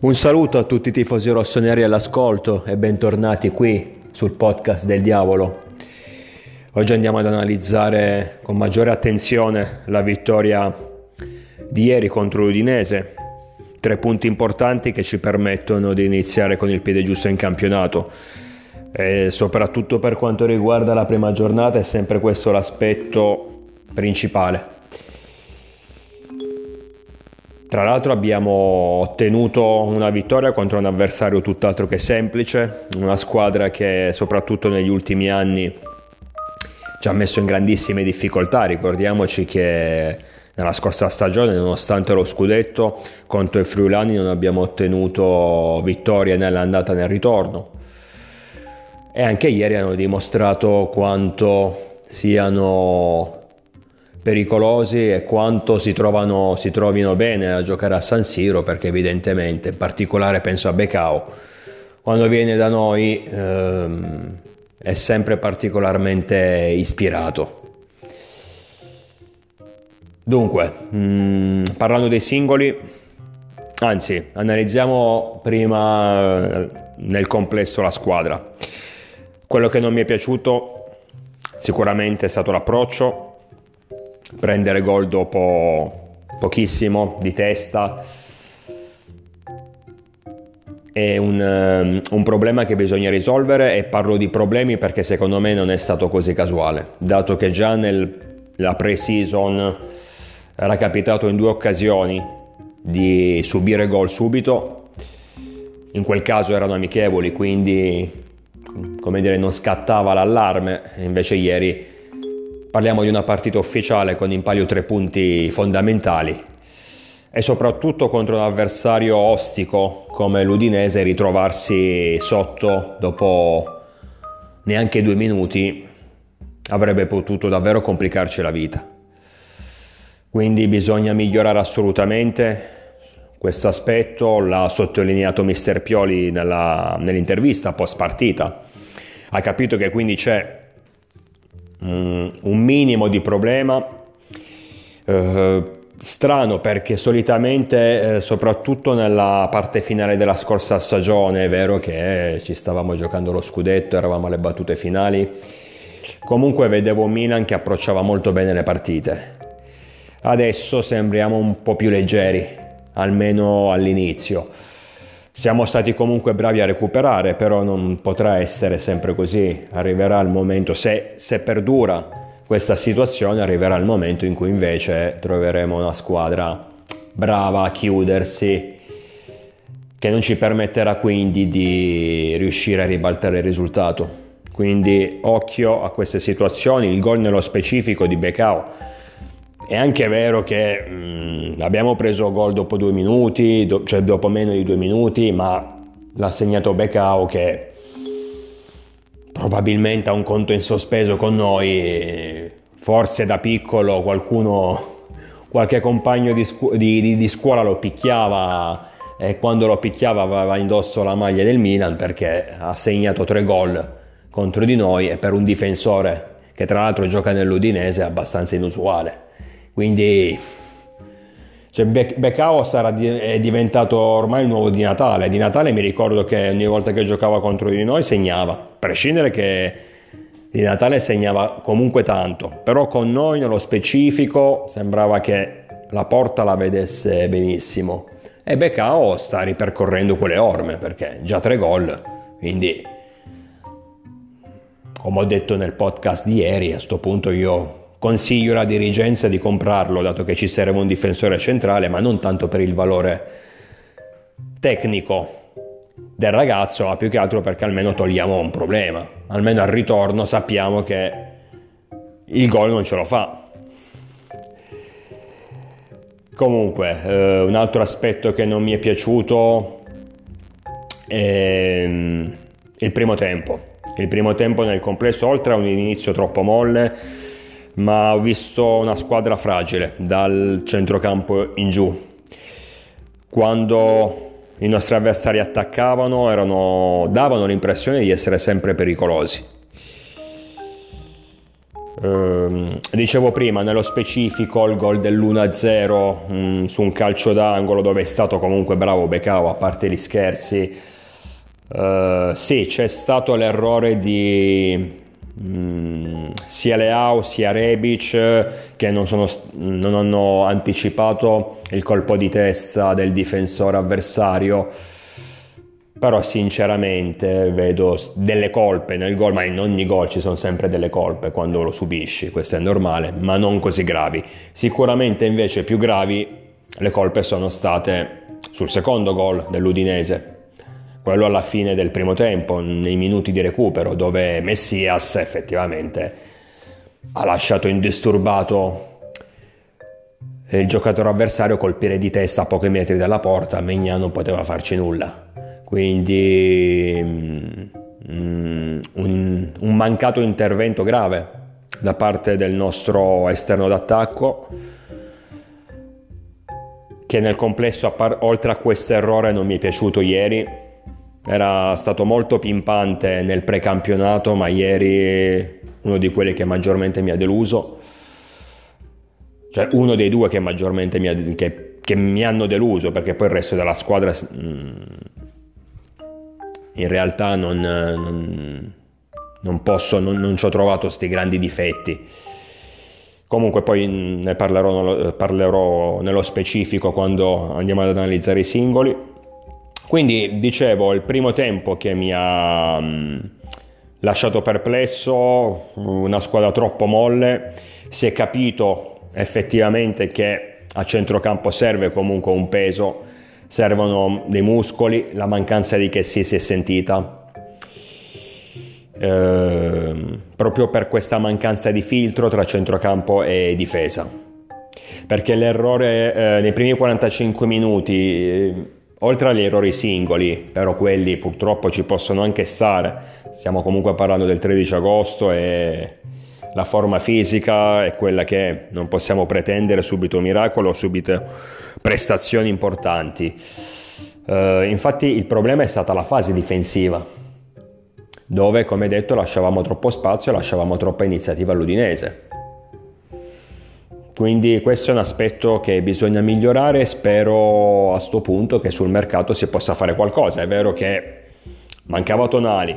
Un saluto a tutti i tifosi rossoneri all'ascolto e bentornati qui sul podcast del Diavolo. Oggi andiamo ad analizzare con maggiore attenzione la vittoria di ieri contro l'Udinese. 3 punti importanti che ci permettono di iniziare con il piede giusto in campionato. E soprattutto per quanto riguarda la prima giornata è sempre questo l'aspetto principale. Tra l'altro abbiamo ottenuto una vittoria contro un avversario tutt'altro che semplice, una squadra che soprattutto negli ultimi anni ci ha messo in grandissime difficoltà. Ricordiamoci che nella scorsa stagione, nonostante lo scudetto, contro i friulani non abbiamo ottenuto vittorie nell'andata e nel ritorno. E anche ieri hanno dimostrato quanto siano pericolosi e quanto si trovino bene a giocare a San Siro, perché evidentemente, in particolare penso a Becao, quando viene da noi è sempre particolarmente ispirato. Dunque, parlando dei singoli, anzi, analizziamo prima nel complesso la squadra. Quello che non mi è piaciuto sicuramente è stato l'approccio. Prendere gol dopo pochissimo di testa è un problema che bisogna risolvere, e parlo di problemi perché secondo me non è stato così casuale, dato che già nella pre-season era capitato in 2 occasioni di subire gol subito. In quel caso erano amichevoli, quindi non scattava l'allarme. Invece ieri parliamo di una partita ufficiale con in palio 3 punti fondamentali, e soprattutto contro un avversario ostico come l'Udinese ritrovarsi sotto dopo neanche 2 minuti avrebbe potuto davvero complicarci la vita. Quindi bisogna migliorare assolutamente questo aspetto. L'ha sottolineato mister Pioli nell'intervista post partita. Ha capito che quindi c'è un minimo di problema, strano, perché solitamente soprattutto nella parte finale della scorsa stagione è vero che ci stavamo giocando lo scudetto, eravamo alle battute finali, comunque vedevo un Milan che approcciava molto bene le partite. Adesso sembriamo un po' più leggeri, almeno all'inizio. Siamo stati comunque bravi a recuperare, però non potrà essere sempre così. Arriverà il momento, se perdura questa situazione, arriverà il momento in cui invece troveremo una squadra brava a chiudersi, che non ci permetterà quindi di riuscire a ribaltare il risultato. Quindi occhio a queste situazioni. Il gol nello specifico di Becao, è anche vero che abbiamo preso gol dopo 2 minuti, cioè dopo meno di 2 minuti, ma l'ha segnato Becao, che probabilmente ha un conto in sospeso con noi. Forse da piccolo qualche compagno di scuola lo picchiava, e quando lo picchiava aveva indosso la maglia del Milan, perché ha segnato 3 gol contro di noi, e per un difensore che tra l'altro gioca nell'Udinese è abbastanza inusuale. Quindi Becao è diventato ormai il nuovo Di Natale. Di Natale mi ricordo che ogni volta che giocava contro di noi segnava, a prescindere che Di Natale segnava comunque tanto, però con noi nello specifico sembrava che la porta la vedesse benissimo, e Becao sta ripercorrendo quelle orme, perché già 3 gol, quindi come ho detto nel podcast di ieri, a sto punto io consiglio alla dirigenza di comprarlo, dato che ci serve un difensore centrale, ma non tanto per il valore tecnico del ragazzo, ma più che altro perché almeno togliamo un problema. Almeno al ritorno sappiamo che il gol non ce lo fa. Comunque, un altro aspetto che non mi è piaciuto è il primo tempo. Il primo tempo nel complesso, oltre a un inizio troppo molle, ma ho visto una squadra fragile dal centrocampo in giù. Quando i nostri avversari attaccavano davano l'impressione di essere sempre pericolosi. Dicevo prima, nello specifico il gol dell'1-0 su un calcio d'angolo, dove è stato comunque bravo Becao, a parte gli scherzi. Sì, c'è stato l'errore di sia Leao sia Rebic, che non hanno anticipato il colpo di testa del difensore avversario. Però sinceramente vedo delle colpe nel gol, ma in ogni gol ci sono sempre delle colpe quando lo subisci, questo è normale, ma non così gravi. Sicuramente invece più gravi le colpe sono state sul secondo gol dell'Udinese, quello alla fine del primo tempo, nei minuti di recupero, dove Messias effettivamente ha lasciato indisturbato il giocatore avversario col piede di testa a pochi metri dalla porta. Maignan non poteva farci nulla. Quindi un mancato intervento grave da parte del nostro esterno d'attacco, che nel complesso, oltre a questo errore, non mi è piaciuto ieri. Era stato molto pimpante nel precampionato, ma ieri uno di quelli che maggiormente mi ha deluso, cioè uno dei due che maggiormente che mi hanno deluso, perché poi il resto della squadra in realtà non ci ho trovato sti grandi difetti. Comunque poi ne parlerò nello specifico quando andiamo ad analizzare i singoli. Quindi dicevo, il primo tempo che mi ha lasciato perplesso, una squadra troppo molle. Si è capito effettivamente che a centrocampo serve comunque un peso, servono dei muscoli. La mancanza di Kessie si è sentita, proprio per questa mancanza di filtro tra centrocampo e difesa, perché l'errore nei primi 45 minuti, oltre agli errori singoli, però quelli purtroppo ci possono anche stare, stiamo comunque parlando del 13 agosto e la forma fisica è quella che non possiamo pretendere subito miracolo, subito prestazioni importanti. Infatti il problema è stata la fase difensiva, dove, come detto, lasciavamo troppo spazio e lasciavamo troppa iniziativa all'Udinese. Quindi questo è un aspetto che bisogna migliorare e spero a sto punto che sul mercato si possa fare qualcosa. È vero che mancava Tonali,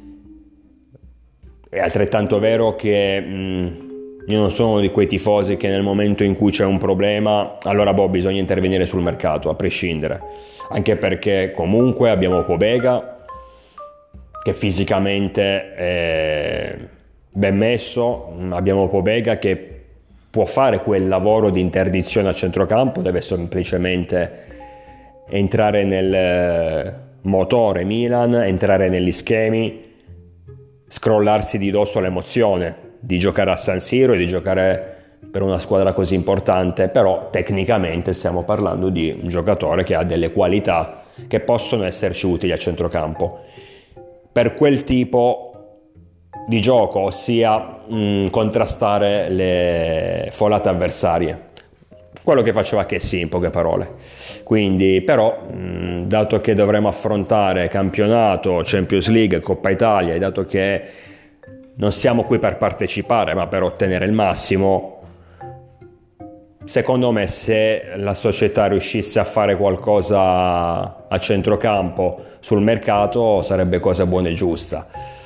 è altrettanto vero che io non sono di quei tifosi che nel momento in cui c'è un problema allora bisogna intervenire sul mercato, a prescindere, anche perché comunque abbiamo Pobega che fisicamente è ben messo, abbiamo Pobega che può fare quel lavoro di interdizione a centrocampo, deve semplicemente entrare nel motore Milan, entrare negli schemi, scrollarsi di dosso l'emozione di giocare a San Siro e di giocare per una squadra così importante. Però tecnicamente stiamo parlando di un giocatore che ha delle qualità che possono esserci utili a centrocampo per quel tipo di gioco, ossia contrastare le folate avversarie, quello che faceva Kessie in poche parole. Quindi però dato che dovremo affrontare campionato, Champions League, Coppa Italia, e dato che non siamo qui per partecipare ma per ottenere il massimo, secondo me se la società riuscisse a fare qualcosa a centrocampo sul mercato sarebbe cosa buona e giusta.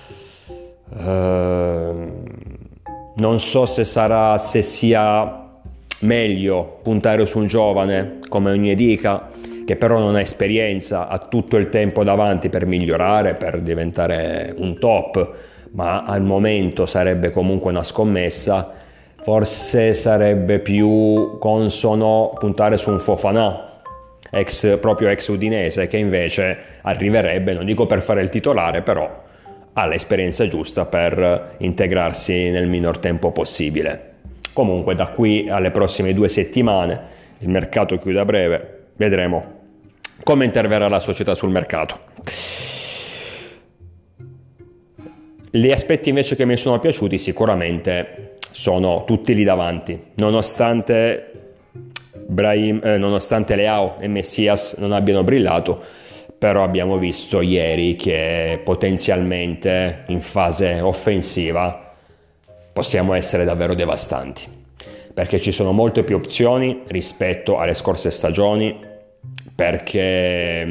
Non so se sia meglio puntare su un giovane come Onyedika, che però non ha esperienza, ha tutto il tempo davanti per migliorare, per diventare un top, ma al momento sarebbe comunque una scommessa. Forse sarebbe più consono puntare su un Fofana, proprio ex udinese, che invece arriverebbe, non dico per fare il titolare, però ha l'esperienza giusta per integrarsi nel minor tempo possibile. Comunque da qui alle prossime 2 settimane, il mercato chiude a breve, vedremo come interverrà la società sul mercato. Gli aspetti invece che mi sono piaciuti sicuramente sono tutti lì davanti, nonostante Leao e Messias non abbiano brillato. Però abbiamo visto ieri che potenzialmente in fase offensiva possiamo essere davvero devastanti, perché ci sono molte più opzioni rispetto alle scorse stagioni, perché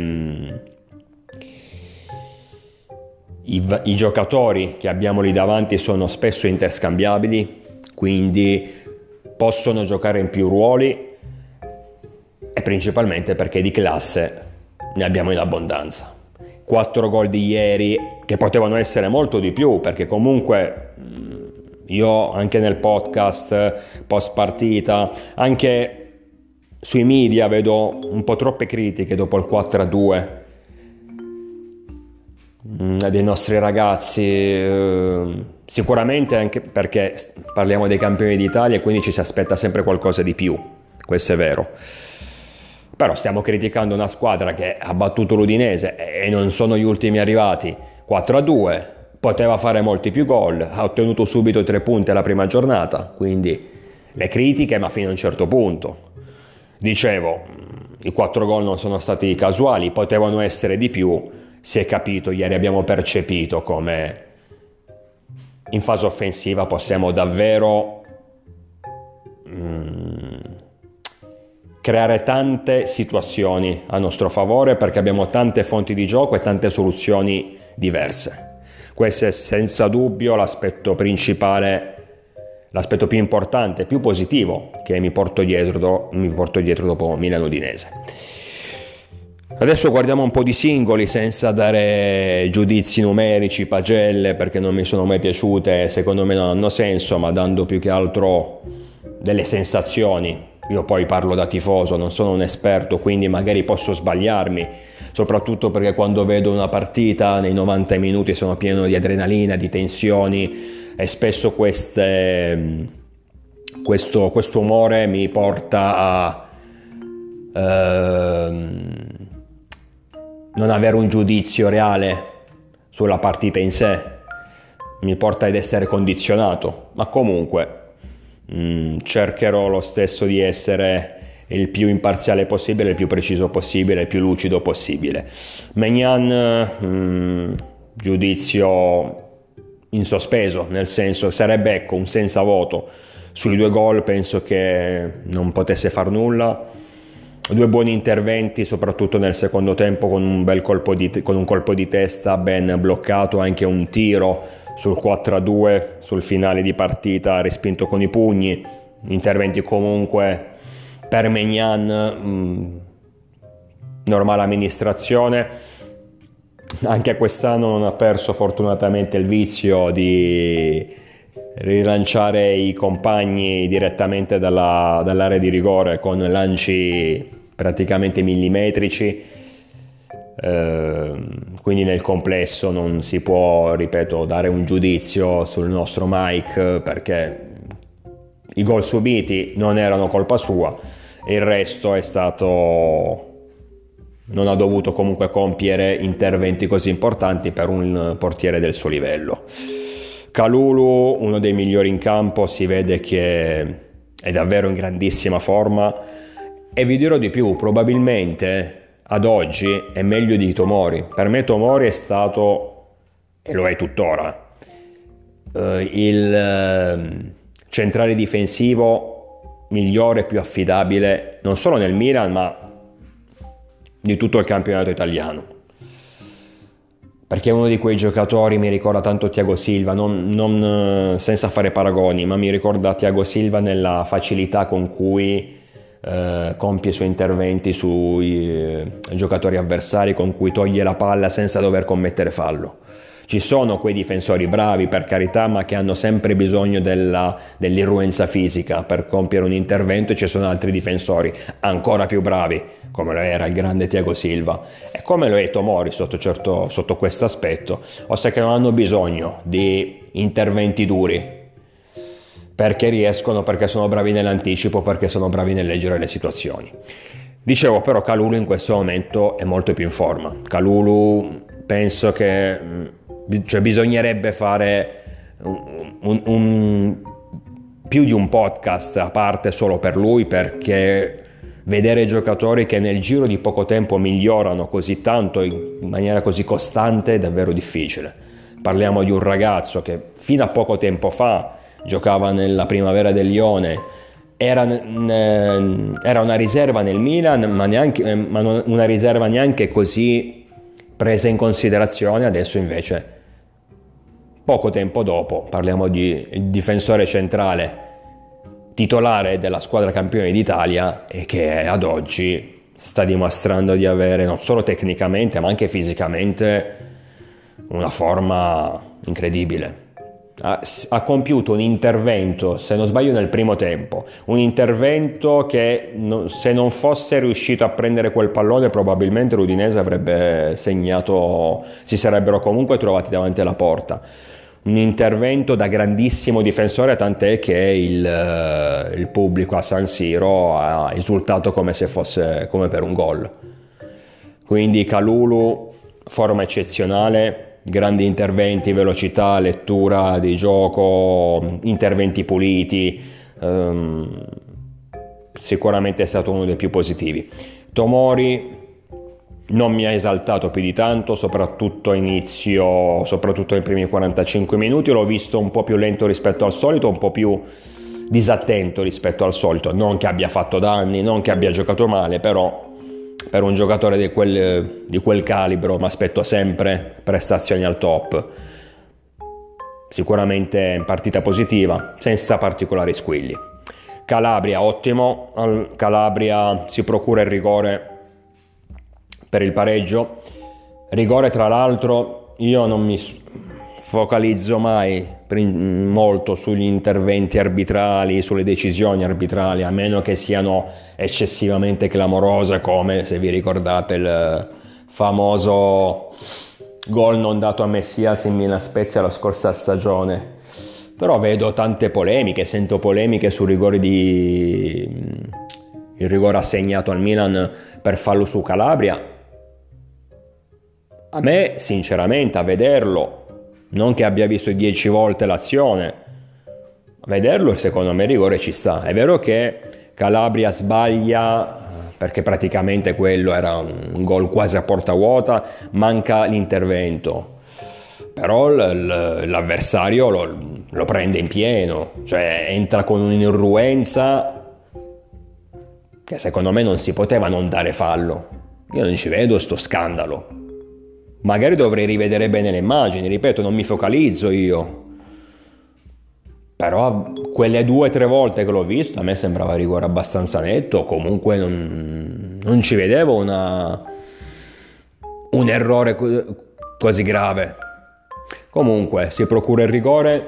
i giocatori che abbiamo lì davanti sono spesso interscambiabili, quindi possono giocare in più ruoli, e principalmente perché di classe ne abbiamo in abbondanza. 4 gol di ieri, che potevano essere molto di più, perché comunque io anche nel podcast post partita, anche sui media, vedo un po' troppe critiche dopo il 4-2 dei nostri ragazzi, sicuramente anche perché parliamo dei campioni d'Italia e quindi ci si aspetta sempre qualcosa di più, questo è vero. Però stiamo criticando una squadra che ha battuto l'Udinese e non sono gli ultimi arrivati. 4-2, poteva fare molti più gol, ha ottenuto subito 3 punti alla prima giornata, quindi le critiche, ma fino a un certo punto. Dicevo, i 4 gol non sono stati casuali, potevano essere di più. Si è capito, ieri abbiamo percepito come in fase offensiva possiamo davvero creare tante situazioni a nostro favore, perché abbiamo tante fonti di gioco e tante soluzioni diverse. Questo è senza dubbio l'aspetto principale, l'aspetto più importante, più positivo che mi porto dietro dopo Milan-Udinese. Adesso guardiamo un po' di singoli senza dare giudizi numerici, pagelle, perché non mi sono mai piaciute, secondo me non hanno senso, ma dando più che altro delle sensazioni. Io poi parlo da tifoso, non sono un esperto, quindi magari posso sbagliarmi, soprattutto perché quando vedo una partita nei 90 minuti sono pieno di adrenalina, di tensioni, e spesso questo umore mi porta a non avere un giudizio reale sulla partita in sé, mi porta ad essere condizionato, ma comunque cercherò lo stesso di essere il più imparziale possibile, il più preciso possibile, il più lucido possibile. Maignan, giudizio in sospeso, nel senso sarebbe un senza voto. Sui 2 gol penso che non potesse far nulla. 2 buoni interventi, soprattutto nel secondo tempo, con un colpo di testa ben bloccato, anche un tiro sul 4-2 sul finale di partita respinto con i pugni. Interventi comunque per Maignan, normale amministrazione. Anche quest'anno non ha perso fortunatamente il vizio di rilanciare i compagni direttamente dall'area di rigore con lanci praticamente millimetrici. Quindi nel complesso non si può, ripeto, dare un giudizio sul nostro Mike, perché i gol subiti non erano colpa sua, e il resto è stato, non ha dovuto comunque compiere interventi così importanti per un portiere del suo livello. Kalulu, uno dei migliori in campo, si vede che è davvero in grandissima forma, e vi dirò di più, probabilmente ad oggi è meglio di Tomori. Per me Tomori è stato, e lo è tuttora, il centrale difensivo migliore, più affidabile, non solo nel Milan, ma di tutto il campionato italiano. Perché è uno di quei giocatori, mi ricorda tanto Thiago Silva, non senza fare paragoni, ma mi ricorda Thiago Silva nella facilità con cui compie i suoi interventi sui giocatori avversari, con cui toglie la palla senza dover commettere fallo. Ci sono quei difensori bravi, per carità, ma che hanno sempre bisogno dell'irruenza fisica per compiere un intervento, e ci sono altri difensori ancora più bravi, come lo era il grande Thiago Silva e come lo è Tomori sotto questo aspetto, ossia che non hanno bisogno di interventi duri, perché sono bravi nell'anticipo, perché sono bravi nel leggere le situazioni. Dicevo, però Kalulu in questo momento è molto più in forma. Kalulu, penso che bisognerebbe fare più di un podcast a parte solo per lui, perché vedere giocatori che nel giro di poco tempo migliorano così tanto in maniera così costante è davvero difficile. Parliamo di un ragazzo che fino a poco tempo fa giocava nella Primavera del Lione, era una riserva nel Milan, ma non una riserva neanche così presa in considerazione. Adesso invece, poco tempo dopo, parliamo di difensore centrale titolare della squadra campione d'Italia, e che ad oggi sta dimostrando di avere non solo tecnicamente ma anche fisicamente una forma incredibile. Ha compiuto un intervento, se non sbaglio nel primo tempo, un intervento che se non fosse riuscito a prendere quel pallone probabilmente l'Udinese avrebbe segnato, si sarebbero comunque trovati davanti alla porta. Un intervento da grandissimo difensore, tant'è che il pubblico a San Siro ha esultato come se fosse come per un gol. Quindi Kalulu, forma eccezionale, grandi interventi, velocità, lettura di gioco, interventi puliti, sicuramente è stato uno dei più positivi. Tomori non mi ha esaltato più di tanto, soprattutto nei primi 45 minuti. L'ho visto un po' più lento rispetto al solito, un po' più disattento rispetto al solito. Non che abbia fatto danni, non che abbia giocato male, però per un giocatore di quel calibro mi aspetto sempre prestazioni al top. Sicuramente partita positiva, senza particolari squilli. Calabria, ottimo. Calabria si procura il rigore per il pareggio. Rigore, tra l'altro, io non mi focalizzo mai molto sugli interventi arbitrali, sulle decisioni arbitrali, a meno che siano eccessivamente clamorose, come, se vi ricordate, il famoso gol non dato a Messias in Milan Spezia la scorsa stagione. Però vedo tante polemiche, sento polemiche sul rigore il rigore assegnato al Milan per fallo su Calabria. A me, sinceramente, a vederlo, non che abbia visto 10 volte l'azione, a vederlo secondo me il rigore ci sta. È vero che Calabria sbaglia, perché praticamente quello era un gol quasi a porta vuota, manca l'intervento, però l'avversario lo prende in pieno, cioè entra con un'irruenza che secondo me non si poteva non dare fallo. Io non ci vedo sto scandalo. Magari dovrei rivedere bene le immagini, ripeto, non mi focalizzo io. Però quelle 2 o 3 volte che l'ho visto a me sembrava rigore abbastanza netto, comunque non ci vedevo un errore così grave. Comunque si procura il rigore,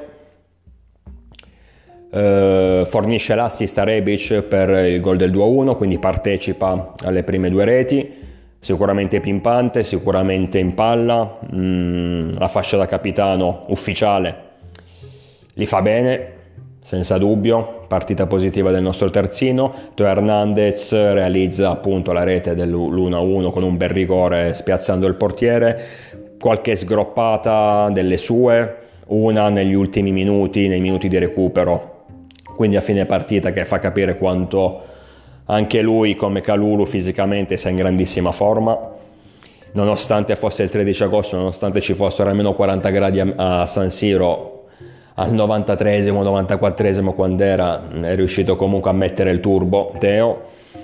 fornisce l'assist a Rebic per il gol del 2-1, quindi partecipa alle prime 2 reti. Sicuramente pimpante, sicuramente in palla, la fascia da capitano ufficiale li fa bene, senza dubbio. Partita positiva del nostro terzino. Teo Hernandez realizza appunto la rete dell'1-1 con un bel rigore spiazzando il portiere. Qualche sgroppata delle sue, una negli ultimi minuti, nei minuti di recupero, quindi a fine partita, che fa capire quanto anche lui, come Kalulu, fisicamente sia in grandissima forma. Nonostante fosse il 13 agosto, nonostante ci fossero almeno 40 gradi a San Siro, al 93esimo, 94esimo quando era, è riuscito comunque a mettere il turbo Teo.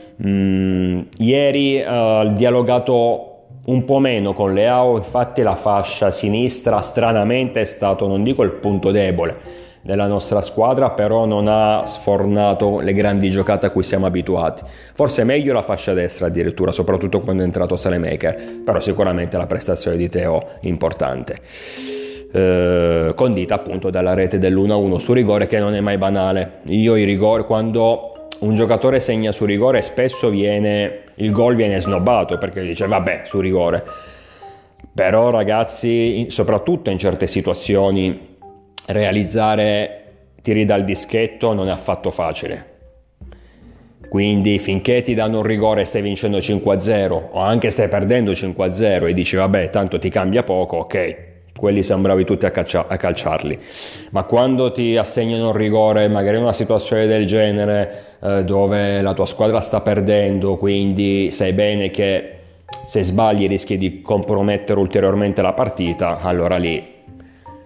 Ieri ha dialogato un po' meno con Leao, infatti la fascia sinistra stranamente è stato, non dico il punto debole della nostra squadra, però non ha sfornato le grandi giocate a cui siamo abituati. Forse è meglio la fascia destra addirittura, soprattutto quando è entrato Salemaker, però sicuramente la prestazione di Teo importante, condita appunto dalla rete dell'1-1 su rigore, che non è mai banale. Io i rigori, quando un giocatore segna su rigore, spesso il gol viene snobbato perché dice vabbè, su rigore. Però ragazzi, soprattutto in certe situazioni, realizzare tiri dal dischetto non è affatto facile. Quindi finché ti danno un rigore e stai vincendo 5-0 o anche stai perdendo 5-0 e dici vabbè tanto ti cambia poco, ok, quelli siamo bravi tutti a calciarli. Ma quando ti assegnano un rigore, magari in una situazione del genere, dove la tua squadra sta perdendo, quindi sai bene che se sbagli rischi di compromettere ulteriormente la partita, allora lì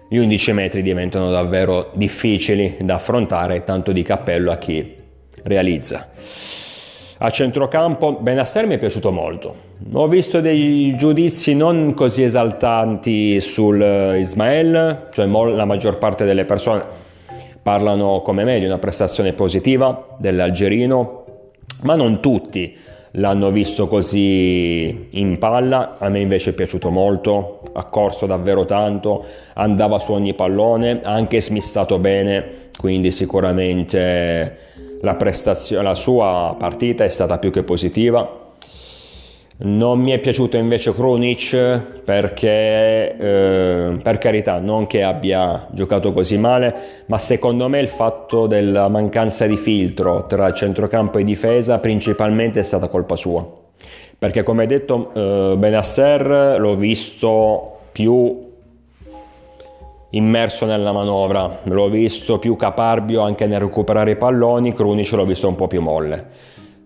gli 11 metri diventano davvero difficili da affrontare, tanto di cappello a chi realizza. A centrocampo Bennacer mi è piaciuto molto, ho visto dei giudizi non così esaltanti sul Ismael, cioè la maggior parte delle persone parlano come me di una prestazione positiva dell'algerino, ma non tutti l'hanno visto così in palla. A me invece è piaciuto molto, ha corso davvero tanto, andava su ogni pallone, ha anche smistato bene, quindi sicuramente la sua partita è stata più che positiva. Non mi è piaciuto invece Krunic perché, per carità, non che abbia giocato così male, ma secondo me il fatto della mancanza di filtro tra centrocampo e difesa principalmente è stata colpa sua. Perché come detto, Bennacer l'ho visto più immerso nella manovra, l'ho visto più caparbio anche nel recuperare i palloni, Krunic l'ho visto un po' più molle.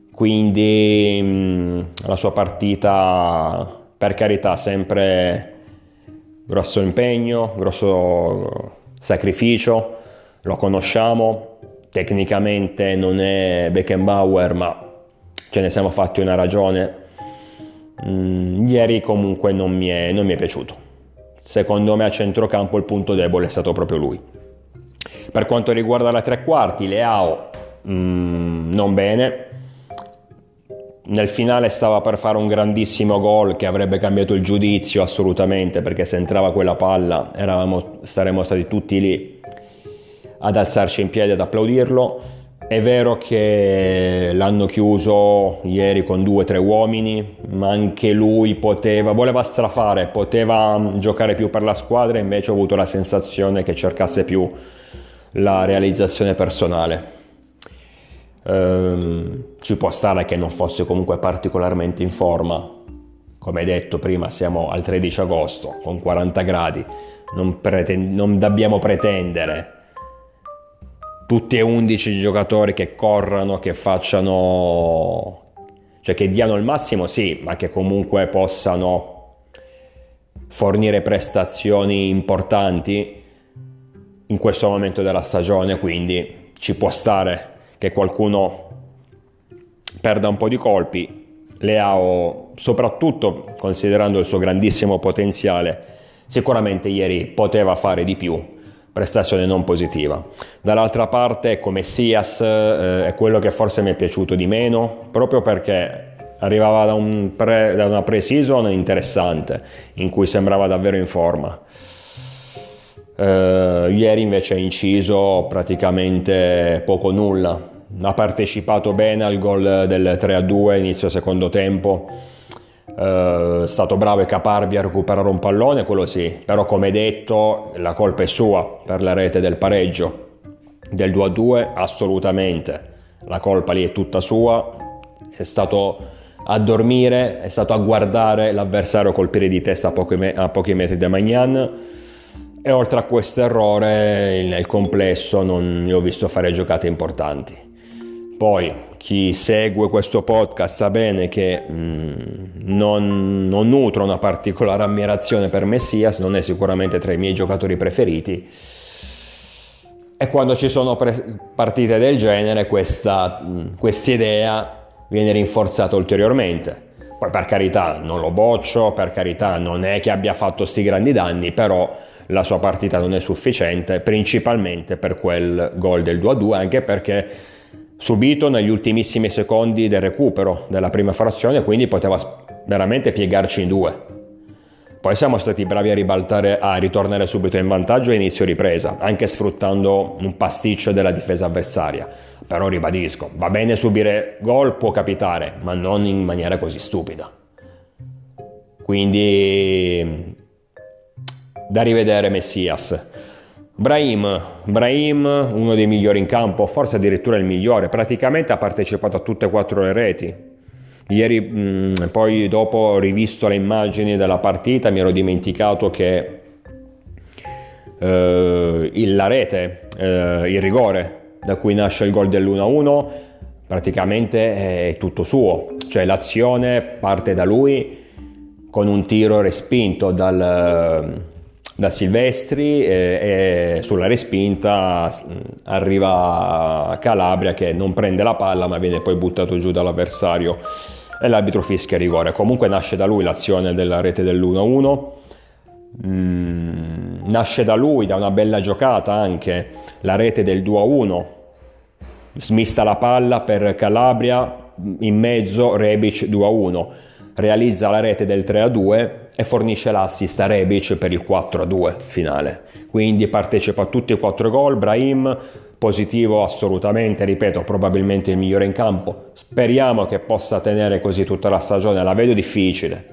Quindi la sua partita, per carità, sempre grosso impegno, grosso sacrificio, lo conosciamo, tecnicamente non è Beckenbauer, ma ce ne siamo fatti una ragione. Ieri comunque non mi è piaciuto. Secondo me a centrocampo il punto debole è stato proprio lui. Per quanto riguarda la tre quarti, Leao non bene. Nel finale stava per fare un grandissimo gol che avrebbe cambiato il giudizio assolutamente, perché se entrava quella palla saremmo stati tutti lì ad alzarci in piedi ad applaudirlo. È vero che l'hanno chiuso ieri con 2-3 uomini, ma anche lui voleva strafare, poteva giocare più per la squadra, invece ho avuto la sensazione che cercasse più la realizzazione personale. Ci può stare che non fosse comunque particolarmente in forma, come detto prima siamo al 13 agosto con 40 gradi, non dobbiamo pretendere tutti e 11 giocatori che corrano, che facciano, cioè che diano il massimo, sì, ma che comunque possano fornire prestazioni importanti in questo momento della stagione, quindi ci può stare che qualcuno perda un po' di colpi. Leao, soprattutto considerando il suo grandissimo potenziale, sicuramente ieri poteva fare di più, prestazione non positiva. Dall'altra parte come Sias è quello che forse mi è piaciuto di meno, proprio perché arrivava da una pre-season interessante in cui sembrava davvero in forma. Ieri invece ha inciso praticamente poco o nulla. Ha partecipato bene al gol del 3-2 inizio secondo tempo, è stato bravo e caparbio a recuperare un pallone, quello sì, però come detto la colpa è sua per la rete del pareggio. Del 2-2 assolutamente la colpa lì è tutta sua, è stato a dormire, è stato a guardare l'avversario colpire di testa a pochi metri da Maignan, e oltre a questo errore nel complesso non gli ho visto fare giocate importanti. Poi chi segue questo podcast sa bene che non nutro una particolare ammirazione per Messias, non è sicuramente tra i miei giocatori preferiti, e quando ci sono partite del genere questa idea viene rinforzata ulteriormente. Poi per carità non lo boccio, per carità non è che abbia fatto sti grandi danni, però la sua partita non è sufficiente, principalmente per quel gol del 2-2, anche perché subito negli ultimissimi secondi del recupero della prima frazione, quindi poteva veramente piegarci in due. Poi siamo stati bravi a ritornare subito in vantaggio a inizio ripresa, anche sfruttando un pasticcio della difesa avversaria. Però ribadisco, va bene subire gol, può capitare, ma non in maniera così stupida. Quindi da rivedere Messias. Brahim, uno dei migliori in campo, forse addirittura il migliore, praticamente ha partecipato a tutte e 4 le reti. Ieri poi dopo ho rivisto le immagini della partita, mi ero dimenticato che la rete, il rigore da cui nasce il gol dell'1-1 praticamente è tutto suo, cioè l'azione parte da lui con un tiro respinto da Silvestri e sulla respinta arriva Calabria che non prende la palla ma viene poi buttato giù dall'avversario e l'arbitro fischia rigore. Comunque nasce da lui l'azione della rete dell'1-1. Nasce da lui, da una bella giocata anche la rete del 2-1, smista la palla per Calabria, in mezzo Rebic 2-1, realizza la rete del 3-2 e fornisce l'assist a Rebic per il 4-2 finale. Quindi partecipa a tutti e 4 gol. Brahim positivo assolutamente, ripeto, probabilmente il migliore in campo. Speriamo che possa tenere così tutta la stagione, la vedo difficile,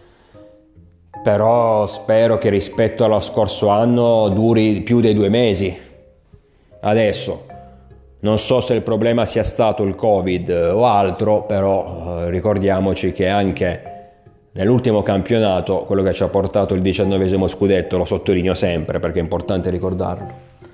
però spero che rispetto allo scorso anno duri più dei 2 mesi. Adesso non so se il problema sia stato il Covid o altro, però ricordiamoci che anche nell'ultimo campionato, quello che ci ha portato il 19° scudetto, lo sottolineo sempre perché è importante ricordarlo,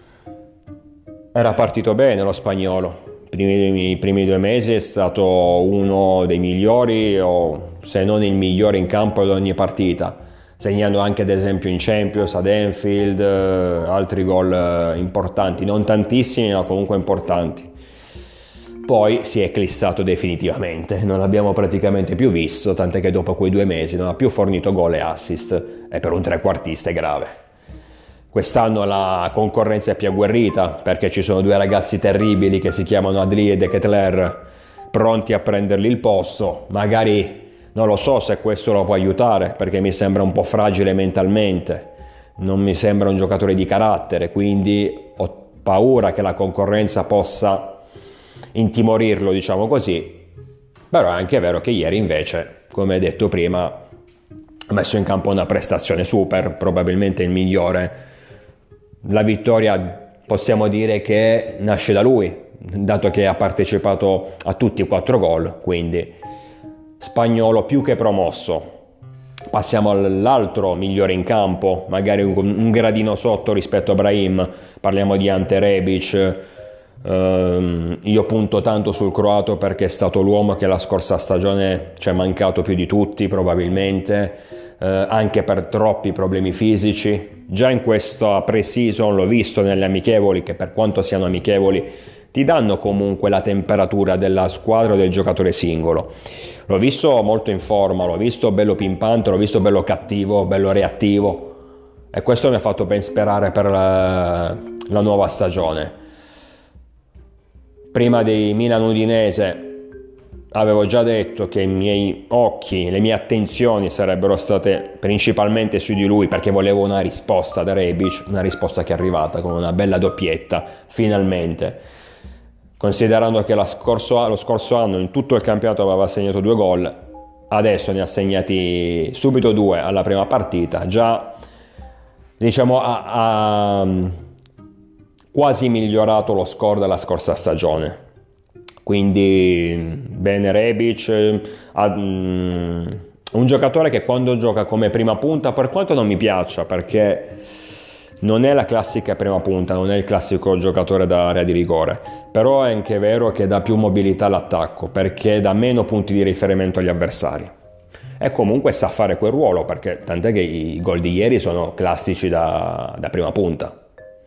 era partito bene lo spagnolo. I primi 2 mesi è stato uno dei migliori, o se non il migliore in campo ad ogni partita, segnando anche ad esempio in Champions ad Anfield altri gol importanti, non tantissimi ma comunque importanti. Poi si è eclissato definitivamente, non l'abbiamo praticamente più visto, tant'è che dopo quei 2 mesi non ha più fornito gol e assist, e per un trequartista è grave. Quest'anno la concorrenza è più agguerrita perché ci sono 2 ragazzi terribili che si chiamano Adli e De Ketelaere, pronti a prendergli il posto. Magari non lo so se questo lo può aiutare, perché mi sembra un po' fragile mentalmente, non mi sembra un giocatore di carattere, quindi ho paura che la concorrenza possa intimorirlo, diciamo così. Però è anche vero che ieri invece, come detto prima, ha messo in campo una prestazione super, probabilmente il migliore. La vittoria possiamo dire che nasce da lui, dato che ha partecipato a tutti i 4 gol, quindi spagnolo più che promosso. Passiamo all'altro migliore in campo, magari un gradino sotto rispetto a Brahim, parliamo di Ante Rebic. Io punto tanto sul croato perché è stato l'uomo che la scorsa stagione ci è mancato più di tutti probabilmente, anche per troppi problemi fisici. Già in questa pre-season l'ho visto nelle amichevoli, che per quanto siano amichevoli ti danno comunque la temperatura della squadra o del giocatore singolo. L'ho visto molto in forma, l'ho visto bello pimpante, l'ho visto bello cattivo, bello reattivo, e questo mi ha fatto ben sperare per la nuova stagione. Prima dei Milan Udinese avevo già detto che i miei occhi, le mie attenzioni sarebbero state principalmente su di lui, perché volevo una risposta da Rebic, una risposta che è arrivata con una bella doppietta, finalmente. Considerando che lo scorso anno in tutto il campionato aveva segnato 2 gol, adesso ne ha segnati subito 2 alla prima partita, già diciamo ha quasi migliorato lo score della scorsa stagione. Quindi bene Rebic, un giocatore che quando gioca come prima punta, per quanto non mi piaccia, perché non è la classica prima punta, non è il classico giocatore da area di rigore, però è anche vero che dà più mobilità all'attacco, perché dà meno punti di riferimento agli avversari, e comunque sa fare quel ruolo, perché tant'è che i gol di ieri sono classici da prima punta.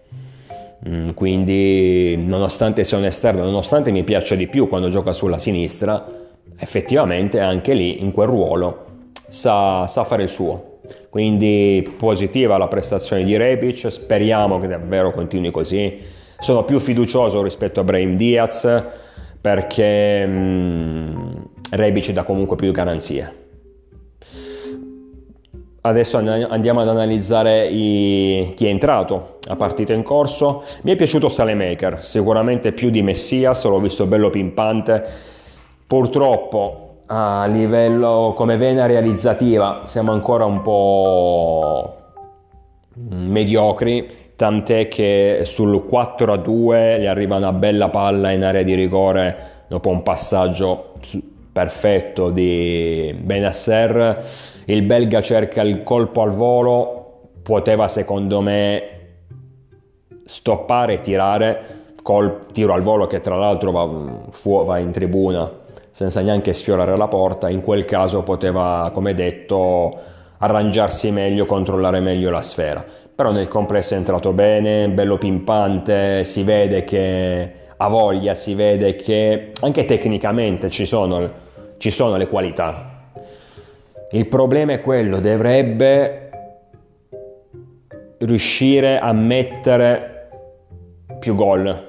Quindi nonostante sia un esterno, nonostante mi piaccia di più quando gioca sulla sinistra, effettivamente anche lì in quel ruolo sa fare il suo. Quindi positiva la prestazione di Rebic, speriamo che davvero continui così. Sono più fiducioso rispetto a Brahim Diaz perché Rebic dà comunque più garanzie. Adesso andiamo ad analizzare chi è entrato a partita in corso. Mi è piaciuto Salemaker, sicuramente più di Messias, l'ho visto bello pimpante. Purtroppo a livello come vena realizzativa siamo ancora un po' mediocri, tant'è che sul 4-2 gli arriva una bella palla in area di rigore dopo un passaggio perfetto di Benasser. Il belga cerca il colpo al volo, poteva secondo me stoppare e tirare, tiro al volo che tra l'altro va in tribuna senza neanche sfiorare la porta. In quel caso poteva, come detto, arrangiarsi meglio, controllare meglio la sfera. però nel complesso è entrato bene, bello pimpante, si vede che ha voglia, si vede che anche tecnicamente ci sono le qualità. Il problema è quello, dovrebbe riuscire a mettere più gol,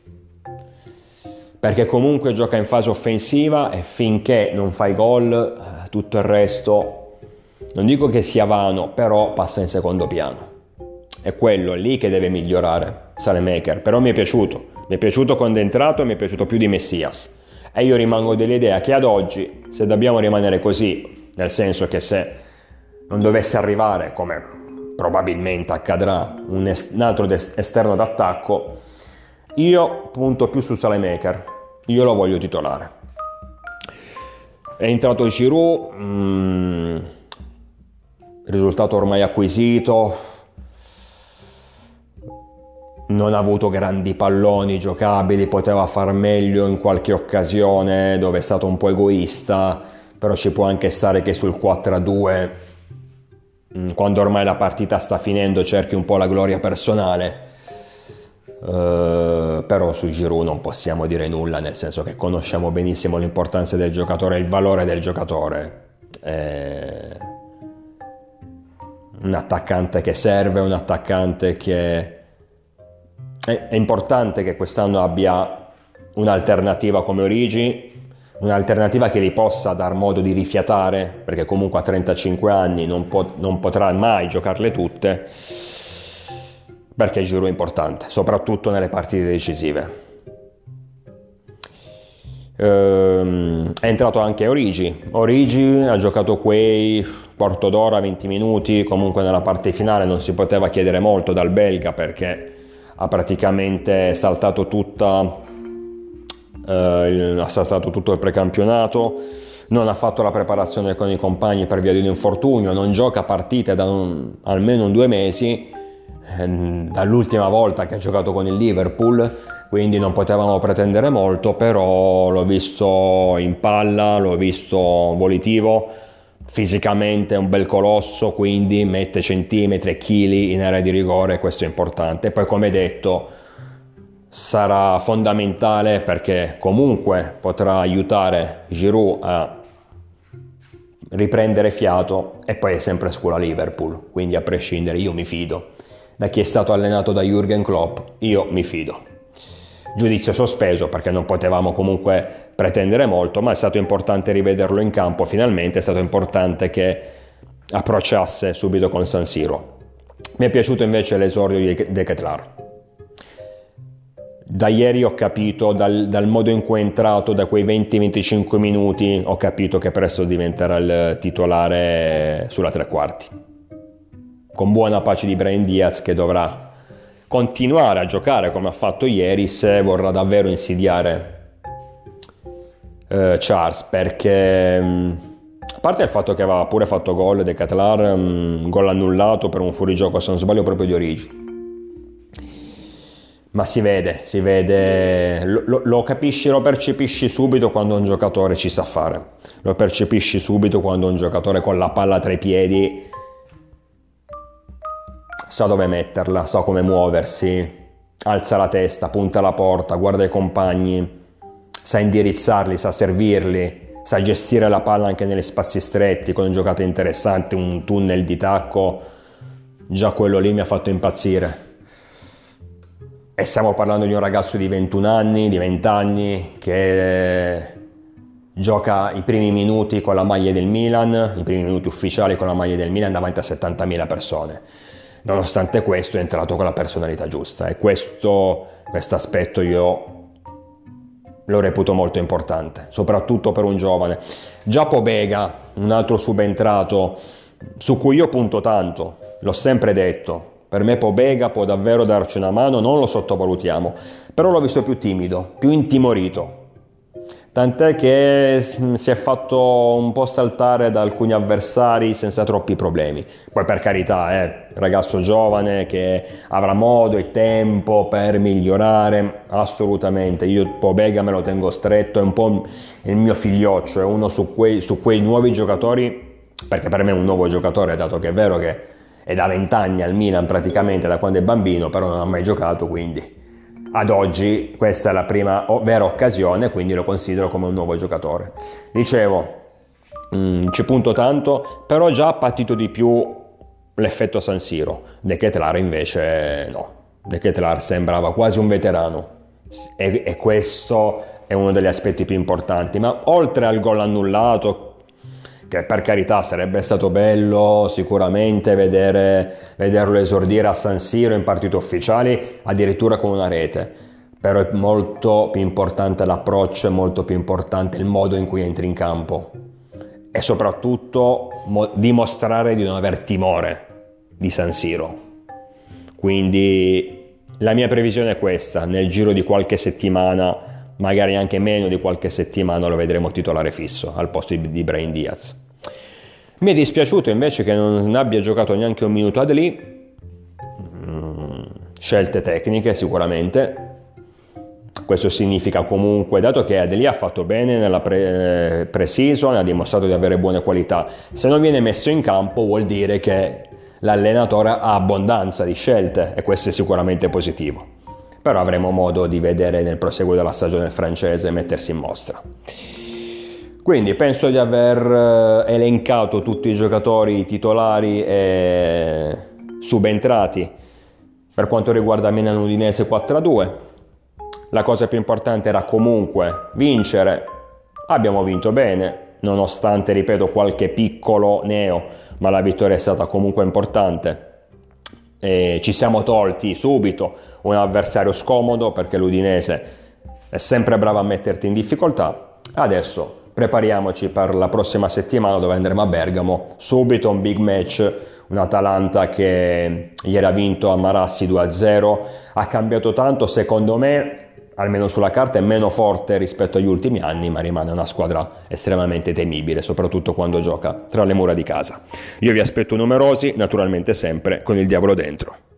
perché comunque gioca in fase offensiva e finché non fai gol tutto il resto, non dico che sia vano, però passa in secondo piano. È quello lì che deve migliorare Saelemaekers, però mi è piaciuto quando è entrato e mi è piaciuto più di Messias, e io rimango dell'idea che ad oggi, se dobbiamo rimanere così, nel senso che se non dovesse arrivare, come probabilmente accadrà, un altro esterno d'attacco, io punto più su Saelemaekers, io lo voglio titolare. È entrato Giroud, risultato ormai acquisito, non ha avuto grandi palloni giocabili, poteva far meglio in qualche occasione dove è stato un po' egoista, però ci può anche stare che sul 4-2, quando ormai la partita sta finendo, cerchi un po' la gloria personale. Però su Giroud non possiamo dire nulla, nel senso che conosciamo benissimo l'importanza del giocatore, il valore del giocatore. Un attaccante che serve, un attaccante che è importante che quest'anno abbia un'alternativa come Origi, un'alternativa che gli possa dar modo di rifiatare, perché comunque a 35 anni non potrà mai giocarle tutte, perché il Giroud è importante, soprattutto nelle partite decisive. È entrato anche Origi ha giocato quei quarto d'ora, 20 minuti, comunque nella parte finale non si poteva chiedere molto dal belga, perché ha praticamente saltato tutto il precampionato, non ha fatto la preparazione con i compagni per via di un infortunio, non gioca partite da almeno 2 mesi, dall'ultima volta che ha giocato con il Liverpool, quindi non potevamo pretendere molto, però l'ho visto in palla, l'ho visto volitivo, fisicamente è un bel colosso, quindi mette centimetri e chili in area di rigore, questo è importante. E poi, come detto, sarà fondamentale perché comunque potrà aiutare Giroud a riprendere fiato, e poi è sempre scuola Liverpool, quindi a prescindere io mi fido. Da chi è stato allenato da Jürgen Klopp, io mi fido. Giudizio sospeso perché non potevamo comunque pretendere molto, ma è stato importante rivederlo in campo finalmente, è stato importante che approcciasse subito con San Siro. Mi è piaciuto invece l'esordio di De Ketelaere. Da ieri ho capito, dal modo in cui è entrato, da quei 20-25 minuti, ho capito che presto diventerà il titolare sulla tre quarti, con buona pace di Brahim Diaz, che dovrà continuare a giocare come ha fatto ieri se vorrà davvero insidiare Charles, perché a parte il fatto che aveva pure fatto gol De Ketelaere, gol annullato per un fuorigioco, se non sbaglio proprio di Origi, ma si vede, lo capisci, lo percepisci subito quando un giocatore ci sa fare, lo percepisci subito quando un giocatore con la palla tra i piedi sa dove metterla, sa come muoversi, alza la testa, punta la porta, guarda i compagni, sa indirizzarli, sa servirli, sa gestire la palla anche negli spazi stretti con giocate interessanti, un tunnel di tacco, già quello lì mi ha fatto impazzire. E stiamo parlando di un ragazzo di 21 anni, di 20 anni, che gioca i primi minuti con la maglia del Milan, i primi minuti ufficiali con la maglia del Milan davanti a 70.000 persone. Nonostante questo è entrato con la personalità giusta, e questo aspetto io lo reputo molto importante, soprattutto per un giovane. Già Pobega, un altro subentrato, su cui io punto tanto, l'ho sempre detto, per me Pobega può davvero darci una mano, non lo sottovalutiamo, però l'ho visto più timido, più intimorito, tant'è che si è fatto un po' saltare da alcuni avversari senza troppi problemi. Poi, per carità, ragazzo giovane che avrà modo e tempo per migliorare, assolutamente. Io Pobega me lo tengo stretto, è un po' il mio figlioccio, è uno su quei nuovi giocatori, perché per me è un nuovo giocatore, dato che è vero che è da 20 anni al Milan praticamente, da quando è bambino, però non ha mai giocato, quindi ad oggi questa è la prima vera occasione, quindi lo considero come un nuovo giocatore. Dicevo, ci punto tanto, però già ha patito di più l'effetto San Siro. De Ketelaere invece no, De Ketelaere sembrava quasi un veterano e questo è uno degli aspetti più importanti. Ma oltre al gol annullato, che per carità sarebbe stato bello sicuramente vederlo esordire a San Siro in partite ufficiali, addirittura con una rete, però è molto più importante l'approccio, è molto più importante il modo in cui entri in campo e soprattutto dimostrare di non aver timore di San Siro. Quindi la mia previsione è questa: nel giro di qualche settimana, magari anche meno di qualche settimana, lo vedremo titolare fisso al posto di Brahim Diaz. Mi è dispiaciuto invece che non abbia giocato neanche un minuto Adli, scelte tecniche sicuramente. Questo significa comunque, dato che Adli ha fatto bene nella pre-season, ha dimostrato di avere buone qualità, se non viene messo in campo vuol dire che l'allenatore ha abbondanza di scelte e questo è sicuramente positivo. Però avremo modo di vedere nel proseguo della stagione francese mettersi in mostra. Quindi penso di aver elencato tutti i giocatori titolari e subentrati per quanto riguarda Milan Udinese 4-2. La cosa più importante era comunque vincere. Abbiamo vinto bene, nonostante, ripeto, qualche piccolo neo, ma la vittoria è stata comunque importante. E ci siamo tolti subito un avversario scomodo, perché l'Udinese è sempre brava a metterti in difficoltà. Adesso prepariamoci per la prossima settimana, dove andremo a Bergamo, subito un big match, un Atalanta che ieri ha vinto a Marassi 2-0, ha cambiato tanto, secondo me, almeno sulla carta è meno forte rispetto agli ultimi anni, ma rimane una squadra estremamente temibile, soprattutto quando gioca tra le mura di casa. Io vi aspetto numerosi, naturalmente sempre con il diavolo dentro.